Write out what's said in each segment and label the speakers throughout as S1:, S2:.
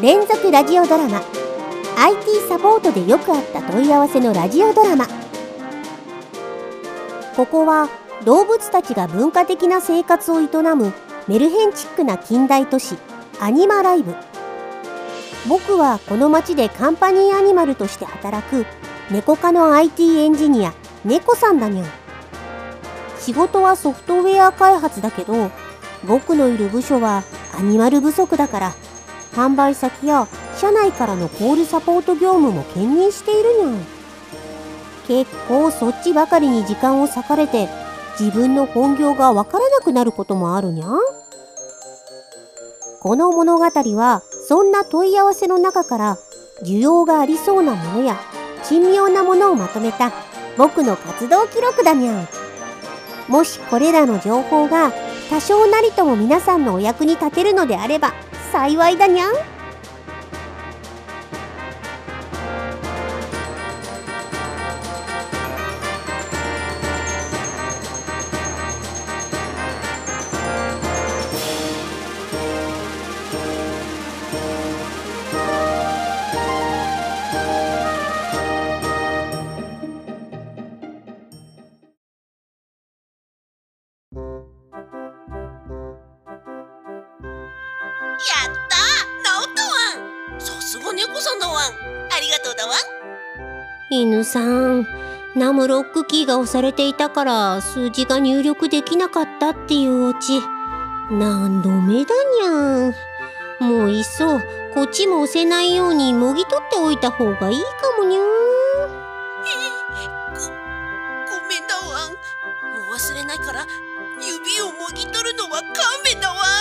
S1: 連続ラジオドラマ IT サポートでよくあった問い合わせのラジオドラマ。ここは動物たちが文化的な生活を営むメルヘンチックな近代都市アニマライブ。僕はこの町でカンパニーアニマルとして働く猫科の IT エンジニア猫さんだにゃん。仕事はソフトウェア開発だけど、僕のいる部署はアニマル不足だから販売先や社内からのコールサポート業務も兼任しているにゃん。結構そっちばかりに時間を割かれて自分の本業がわからなくなることもあるにゃん。この物語はそんな問い合わせの中から需要がありそうなものや珍妙なものをまとめた僕の活動記録だにゃん。もしこれらの情報が多少なりとも皆さんのお役に立てるのであれば幸いだにゃん。
S2: やったー、治ったわん。さすが猫さんだわん。ありがとうだわん。
S1: 犬さん、ナムロックキーが押されていたから数字が入力できなかったっていうオチ。何度目だにゃん。もういっそこっちも押せないようにもぎ取っておいた方がいいかもにゃん。
S2: ごめんだわん。もう忘れないから指をもぎ取るのは勘弁だわん。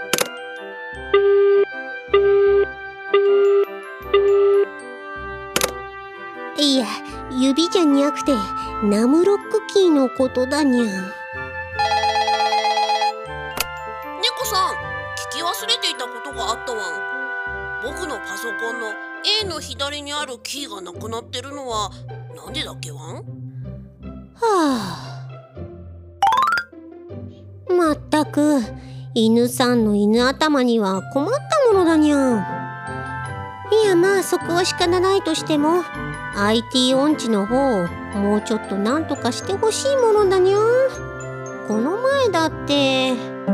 S1: いや、指じゃにゃくてナムロックキーのことだにゃん。
S2: 猫さん、聞き忘れていたことがあったわん。僕のパソコンの A の左にあるキーがなくなってるのはなんでだっけわん？
S1: はあ、まったく犬さんの犬頭には困ったものだにゃん。いや、まあそこは仕方ないとしても IT 音痴の方をもうちょっとなんとかしてほしいものだにゃん。この前だって。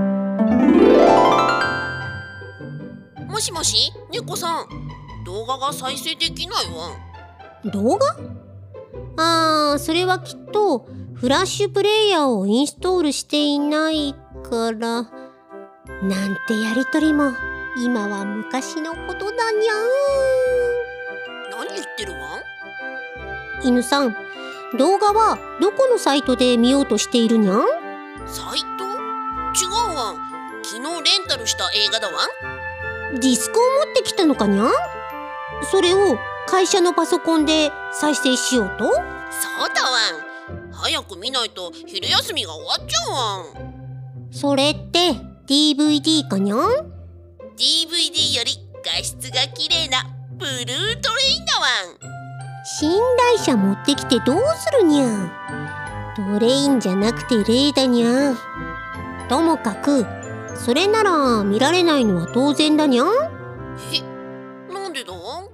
S2: もしもし、猫さん、動画が再生できないわ
S1: ん。動画？それはきっとフラッシュプレイヤーをインストールしていないから。なんてやりとりも今は昔のことだにゃん。
S2: 何言ってるわん？
S1: 犬さん、動画はどこのサイトで見ようとしているにゃん？
S2: サイト？違うわん。昨日レンタルした映画だわ
S1: ん。ディスクを持ってきたのかにゃん？それを会社のパソコンで再生しようと？そう
S2: だわん。早く見ないと昼休みが終わっちゃうわん。
S1: それって DVD かにゃん？
S2: DVD より画質が綺麗なブルートレインだわん。
S1: 寝台車持ってきてどうするにゃん。トレインじゃなくてレイだにゃん。ともかくそれなら見られないのは当然だにゃん。
S2: なんでだ？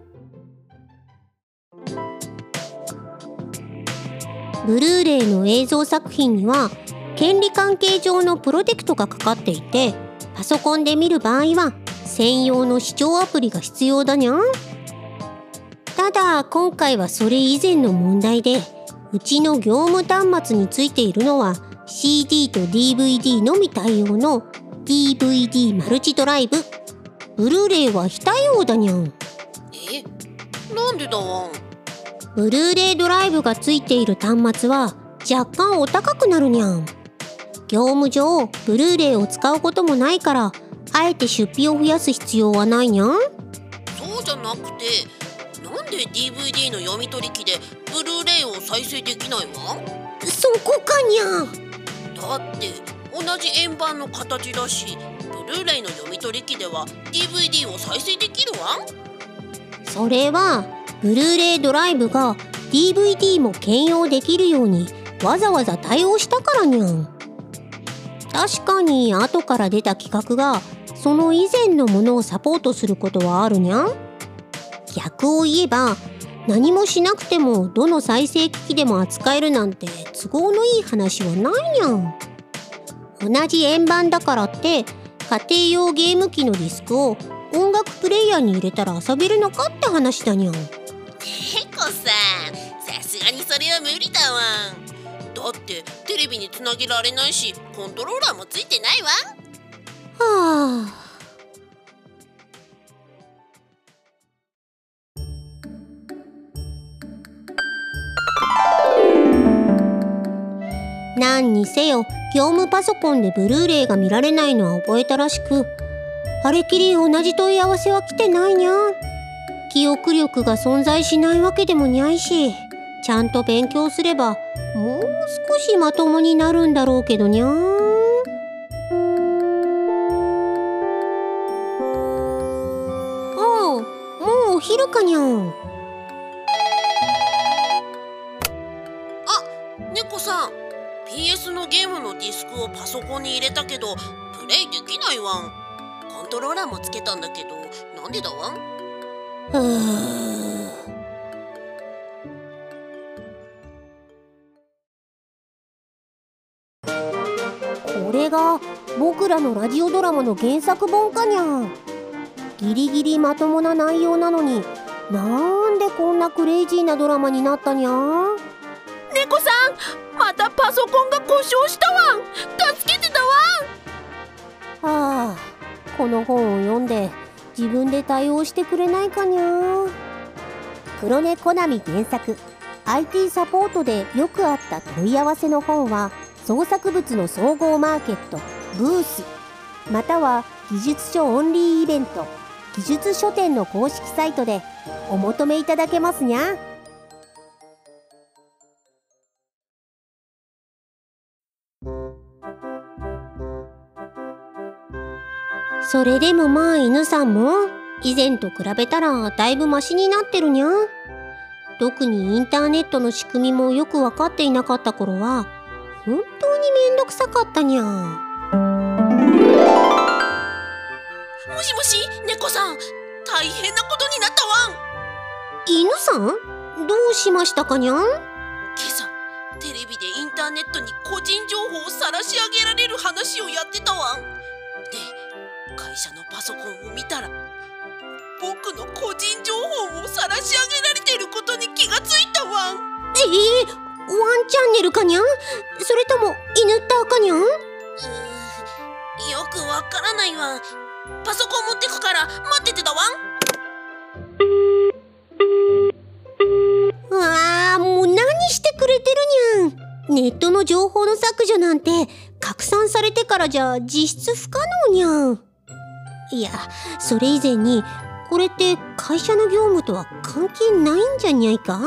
S1: ブルーレイの映像作品には権利関係上のプロテクトがかかっていて、パソコンで見る場合は専用の視聴アプリが必要だにゃん。ただ今回はそれ以前の問題で、うちの業務端末についているのは CD と DVD のみ対応の DVD マルチドライブ。ブルーレイは非対応だにゃん。
S2: なんでだわん？
S1: ブルーレイドライブがついている端末は若干お高くなるにゃん。業務上ブルーレイを使うこともないから、あえて出費を増やす必要はないにゃん。
S2: そうじゃなくて、なんで DVD の読み取り機でブルーレイを再生できないわ？
S1: そこかにゃん。
S2: だって同じ円盤の形だし、ブルーレイの読み取り機では DVD を再生できるわ。
S1: それはブルーレイドライブが DVD も兼用できるようにわざわざ対応したからにゃん。確かに後から出た企画がその以前のものをサポートすることはあるにゃん。逆を言えば、何もしなくてもどの再生機器でも扱えるなんて都合のいい話はないにゃん。同じ円盤だからって家庭用ゲーム機のディスクを音楽プレイヤーに入れたら遊べるのかって話だにゃん。
S2: 猫さん、さすがにそれは無理だわん。だってテレビにつなげられないし、コントローラーもついてないわ。
S1: はあ。何にせよ業務パソコンでブルーレイが見られないのは覚えたらしく、あれきり同じ問い合わせは来てないにゃん。記憶力が存在しないわけでもにゃいし、ちゃんと勉強すればもう少しまともになるんだろうけどにゃん。ああ、もうお昼かにゃん。
S2: あ、猫さん、PS のゲームのディスクをパソコンに入れたけどプレイできないわん。コントローラーもつけたんだけど、なんでだわん。
S1: これが僕らのラジオドラマの原作本かにゃん。ギリギリまともな内容なのに、なんでこんなクレイジーなドラマになったにゃん。
S2: 猫さん、またパソコンが故障したわん。助けてだわん。
S1: はあ、この本を読んで自分で対応してくれないかにゃ。黒猫コナミ原作 IT サポートでよくあった問い合わせの本は、創作物の総合マーケットブース、または技術書オンリーイベント技術書店の公式サイトでお求めいただけますにゃ。それでもまあ犬さんも以前と比べたらだいぶマシになってるにゃ。特にインターネットの仕組みもよく分かっていなかった頃は本当にめんどくさかったにゃ。
S2: もしもし、猫さん、大変なことになったわん。
S1: 犬さん、どうしましたかにゃん。
S2: 今朝テレビでインターネットに個人情報を晒し上げられる話をやってたわん。で、会社のパソコンを見たら僕の個人情報を晒し上げられていることに気がついたわん。
S1: ワンチャンネルかにゃん、それとも犬ったかにゃん。
S2: よくわからないわ。パソコン持ってくから待っててだわ
S1: ん。わあ、もう何してくれてるにゃん。ネットの情報の削除なんて拡散されてからじゃ実質不可能にゃん。いや、それ以前にこれって会社の業務とは関係ないんじゃにゃいか。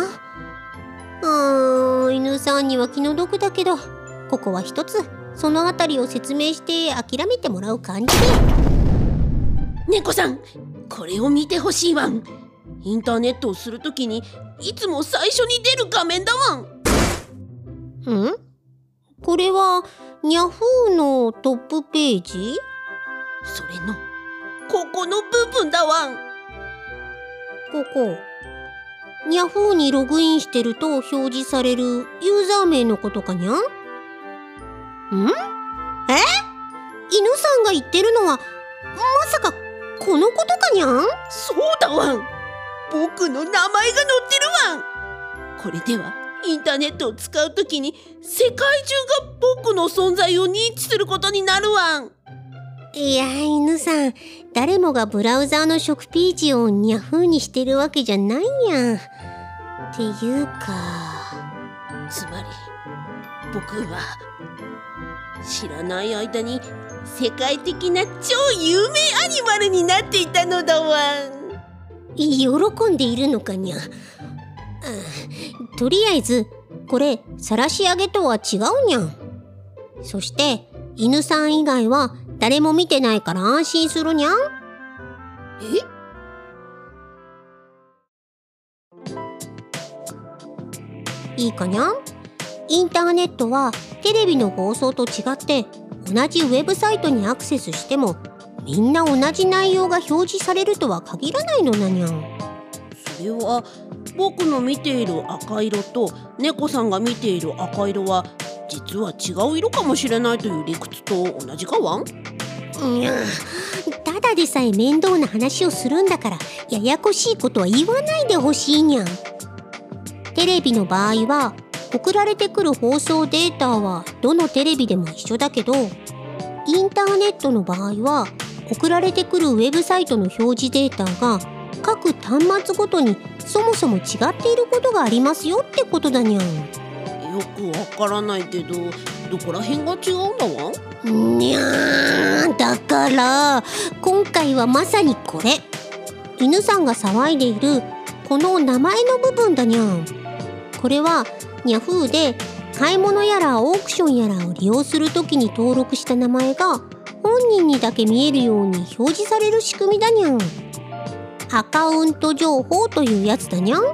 S1: 犬さんには気の毒だけど、ここは一つそのあたりを説明して諦めてもらう感じで。
S2: 猫さん、これを見てほしいわん。インターネットをするときにいつも最初に出る画面だわん。
S1: これはニャフーのトップページ？
S2: それのここの部分だわん。
S1: ここニャフーにログインしてると表示されるユーザー名のことかにゃん。犬さんが言ってるのはまさかこのことかにゃん。
S2: そうだわん。僕の名前が載ってるわん。これではインターネットを使うときに世界中が僕の存在を認知することになるわん。
S1: いや、犬さん、誰もがブラウザーの初期ページをニャフーにしてるわけじゃないにゃ。っていうか、
S2: つまり僕は知らない間に世界的な超有名アニマルになっていたのだわん。
S1: 喜んでいるのかにゃ。とりあえずこれ晒し上げとは違うにゃん。そして犬さん以外は誰も見てないから安心するにゃん。いいかにゃん。インターネットはテレビの放送と違って同じウェブサイトにアクセスしてもみんな同じ内容が表示されるとは限らないのなにゃん。
S2: それは僕の見ている赤色と猫さんが見ている赤色は実は違う色かもしれないという理屈と同じかわん。
S1: ただでさえ面倒な話をするんだからややこしいことは言わないでほしいにゃん。テレビの場合は送られてくる放送データはどのテレビでも一緒だけど、インターネットの場合は送られてくるウェブサイトの表示データが各端末ごとにそもそも違っていることがありますよってことだにゃん。
S2: よくわからないけど、どこら辺が違うんだわん。
S1: にゃー、だから今回はまさにこれ、犬さんが騒いでいるこの名前の部分だにゃん。これはヤフーで買い物やらオークションやらを利用するときに登録した名前が本人にだけ見えるように表示される仕組みだにゃん。アカウント情報というやつだにゃん。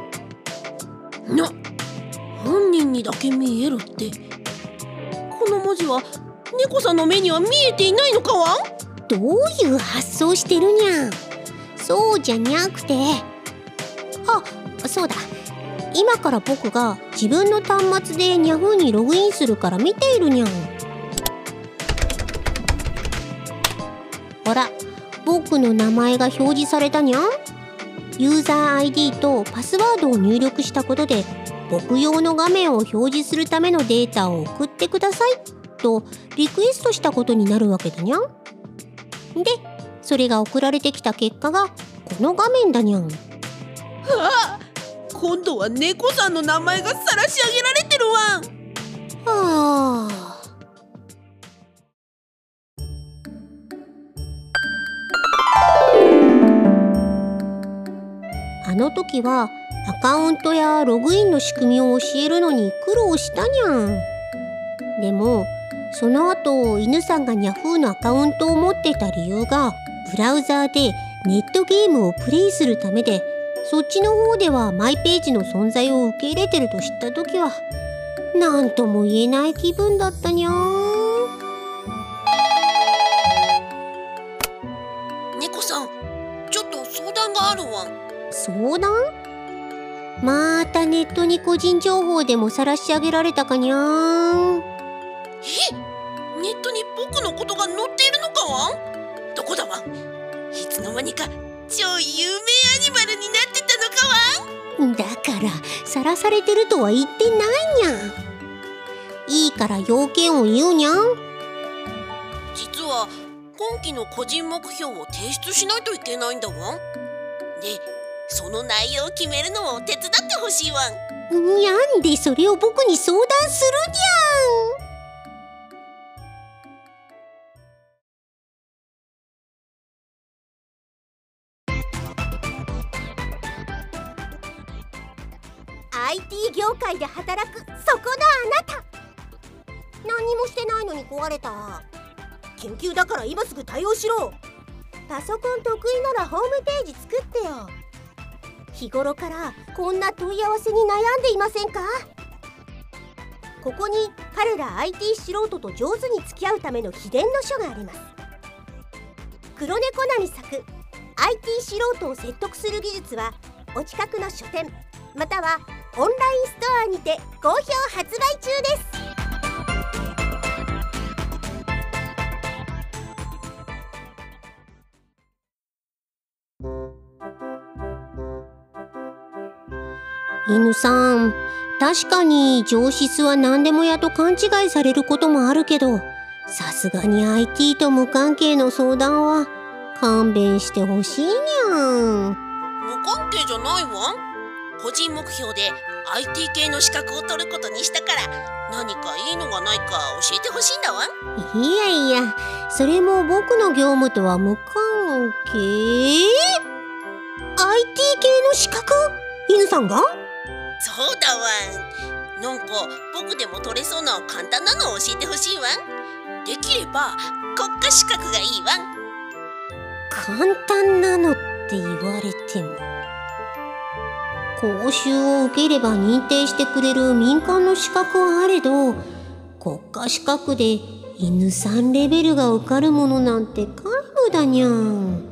S2: 本人にだけ見えるって、この文字は猫さんの目には見えていないのかわん。
S1: どういう発想してるにゃん。そうじゃにゃくて、そうだ、今から僕が自分の端末でニャフーにログインするから見ているにゃん。ほら、僕の名前が表示されたにゃん。ユーザー ID とパスワードを入力したことで僕用の画面を表示するためのデータを送ってくださいとリクエストしたことになるわけだにゃん。で、それが送られてきた結果がこの画面だにゃん。
S2: 今度は猫さんの名前が晒し上げられてるわん。
S1: あの時はアカウントやログインの仕組みを教えるのに苦労したにゃん。でもその後犬さんがニャフーのアカウントを持っていた理由がブラウザーでネットゲームをプレイするためで、そっちの方ではマイページの存在を受け入れてると知った時はなんとも言えない気分だったにゃー。
S2: 猫さん、ちょっと相談があるわん。
S1: 相談？またネットに個人情報でも晒し上げられたかにゃーん。
S2: ネットに僕のことが載っているのかわん。どこだわん。いつの間にか超有名アニマルになってたのかわん。
S1: だから晒されてるとは言ってないにゃん。いいから要件を言うにゃん。
S2: 実は今期の個人目標を提出しないといけないんだわん。で、その内容を決めるのを手伝ってほしいわん。
S1: にゃんでそれを僕に相談するにゃん。IT 業界で働くそこのあなた、何もしてないのに壊れた。緊急だから今すぐ対応しろ。パソコン得意ならホームページ作ってよ。日頃からこんな問い合わせに悩んでいませんか？ここに彼ら IT 素人と上手に付き合うための秘伝の書があります。黒猫なみ作 IT 素人を説得する技術はお近くの書店またはオンラインストアにて好評発売中です。犬さん、確かに上質は何でも屋と勘違いされることもあるけど、さすがに IT と無関係の相談は勘弁してほしいにゃん。
S2: 無関係じゃないわん。個人目標で IT 系の資格を取ることにしたから何かいいのがないか教えてほしいんだわん。
S1: いやいや、それも僕の業務とは無関係。 IT 系の資格？犬さんが？
S2: そうだわん。なんか僕でも取れそうな簡単なのを教えてほしいわん。できれば国家資格がいいわん。
S1: 簡単なのって言われても、講習を受ければ認定してくれる民間の資格はあれど、国家資格で犬さんレベルが受かるものなんて皆ムだにゃん。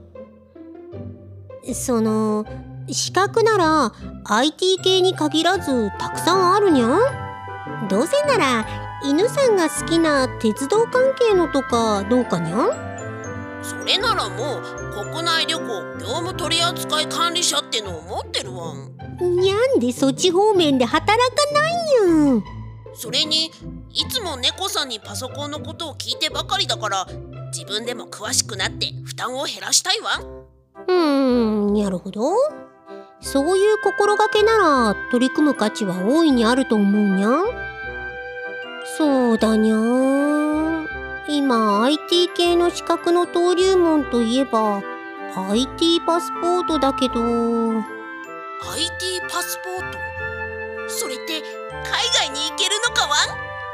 S1: 資格なら IT 系に限らずたくさんあるにゃん。どうせなら犬さんが好きな鉄道関係のとかどうかにゃん。
S2: それならもう国内旅行業務取扱管理者ってのを持ってるわん。
S1: にゃんでそっち方面で働かないにゃん。
S2: それにいつも猫さんにパソコンのことを聞いてばかりだから、自分でも詳しくなって負担を減らしたいわ。
S1: なるほど。そういう心がけなら取り組む価値は大いにあると思うにゃん。そうだにゃん。今 IT 系の資格の登竜門といえば IT パスポートだけど。
S2: IT パスポート？それって海外に行けるのかわん？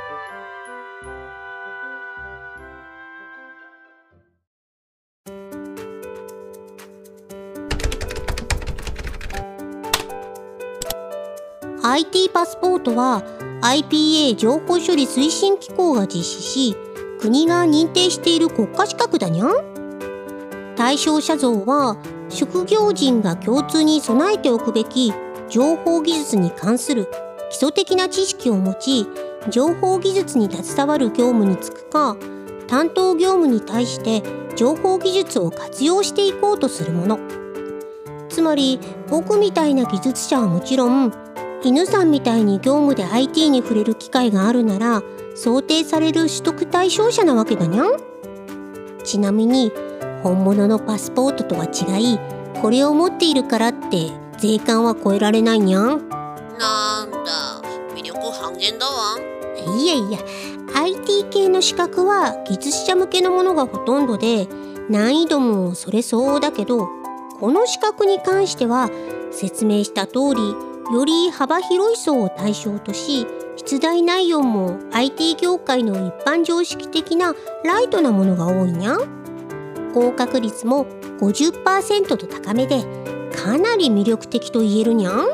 S1: IT パスポートは IPA 情報処理推進機構が実施し、国が認定している国家資格だにゃん。対象者像は職業人が共通に備えておくべき情報技術に関する基礎的な知識を持ち、情報技術に携わる業務に就くか、担当業務に対して情報技術を活用していこうとするもの。つまり僕みたいな技術者はもちろん、犬さんみたいに業務で IT に触れる機会があるなら想定される取得対象者なわけだにゃん。ちなみに本物のパスポートとは違い、これを持っているからって税関は超えられないにゃん。
S2: なんだ、魅力半減だわ。
S1: いや IT 系の資格は技術者向けのものがほとんどで、難易度もそれ相応だけど、この資格に関しては説明した通りより幅広い層を対象とし、出題内容も IT 業界の一般常識的なライトなものが多いにゃん。合格率も 50% と高めで、かなり魅力的と言えるにゃん。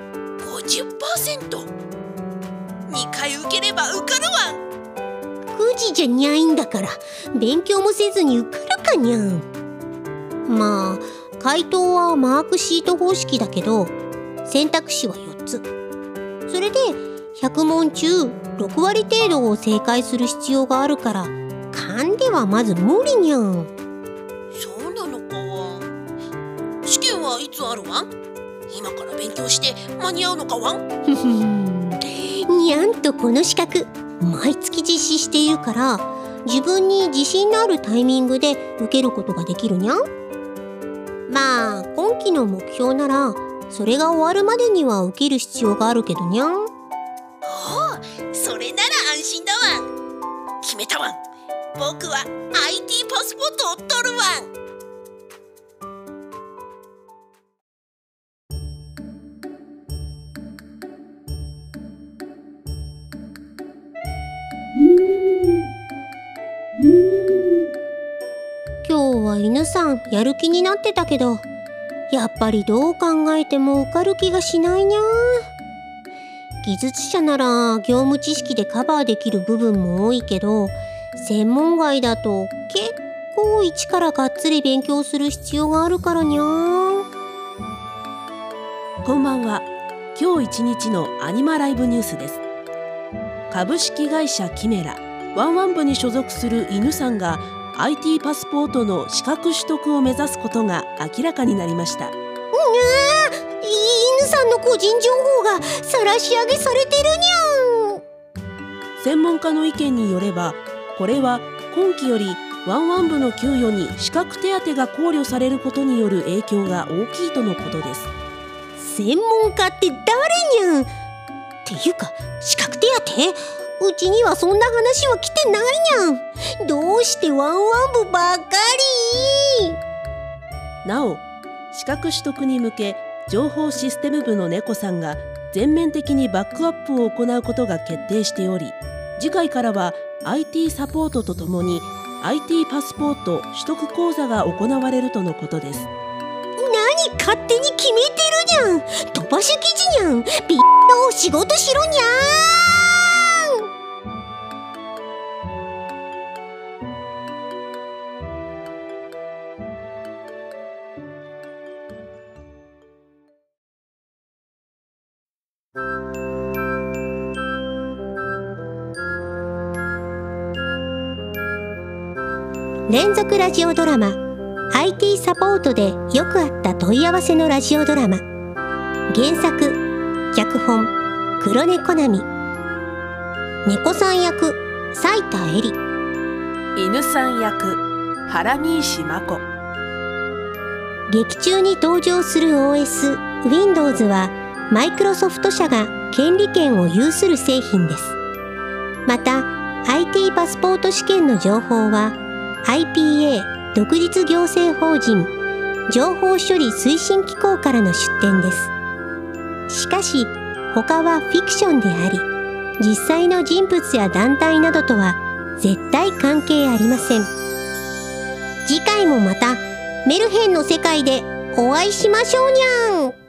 S2: 50%？ 2回受ければ受かるわん。
S1: くじじゃにゃいんだから勉強もせずに受かるかにゃん。まあ回答はマークシート方式だけど、選択肢は4つ。それで100問中6割程度を正解する必要があるから、勘ではまず無理にゃん。
S2: そうなのかわ。試験はいつあるわん？今から勉強して間に合うのかわん？
S1: にゃんとこの資格毎月実施しているから、自分に自信のあるタイミングで受けることができるにゃん。まあ今期の目標ならそれが終わるまでには受ける必要があるけどにゃん。
S2: おお、それなら安心だわん。決めたわん。僕は IT パスポートを取るわん。
S1: 今日は犬さんやる気になってたけど、やっぱりどう考えても受かる気がしないにゃ。技術者なら業務知識でカバーできる部分も多いけど、専門外だと結構一からがっつり勉強する必要があるからにゃ。
S3: こんばんは。今日一日のアニマライブニュースです。株式会社キメラワンワン部に所属する犬さんが IT パスポートの資格取得を目指すことが明らかになりました。
S1: 犬さんの個人情報が晒し上げされてるにゃん。
S3: 専門家の意見によれば、これは今期よりワンワン部の給与に資格手当が考慮されることによる影響が大きいとのことです。
S1: 専門家って誰にゃん。っていうか資格手当、うちにはそんな話は来てないにゃん。どうしてワンワン部ばっかり。
S3: なお、資格取得に向け情報システム部の猫さんが全面的にバックアップを行うことが決定しており、次回からは IT サポートとともに IT パスポート取得講座が行われるとのことです。
S1: 何勝手に決めてるにゃん。飛ばし記事にゃん。ビッの仕事しろにゃん。 連続ラジオドラマ IT サポートでよくあった問い合わせのラジオドラマ。原作脚本黒猫なみ、猫さん役斉田恵里、
S3: 犬さん役原西真子。
S1: 劇中に登場する OS Windows はマイクロソフト社が権利権を有する製品です。また IT パスポート試験の情報は IPA 独立行政法人情報処理推進機構からの出展です。しかし他はフィクションであり、実際の人物や団体などとは絶対関係ありません。次回もまたメルヘンの世界でお会いしましょうにゃん。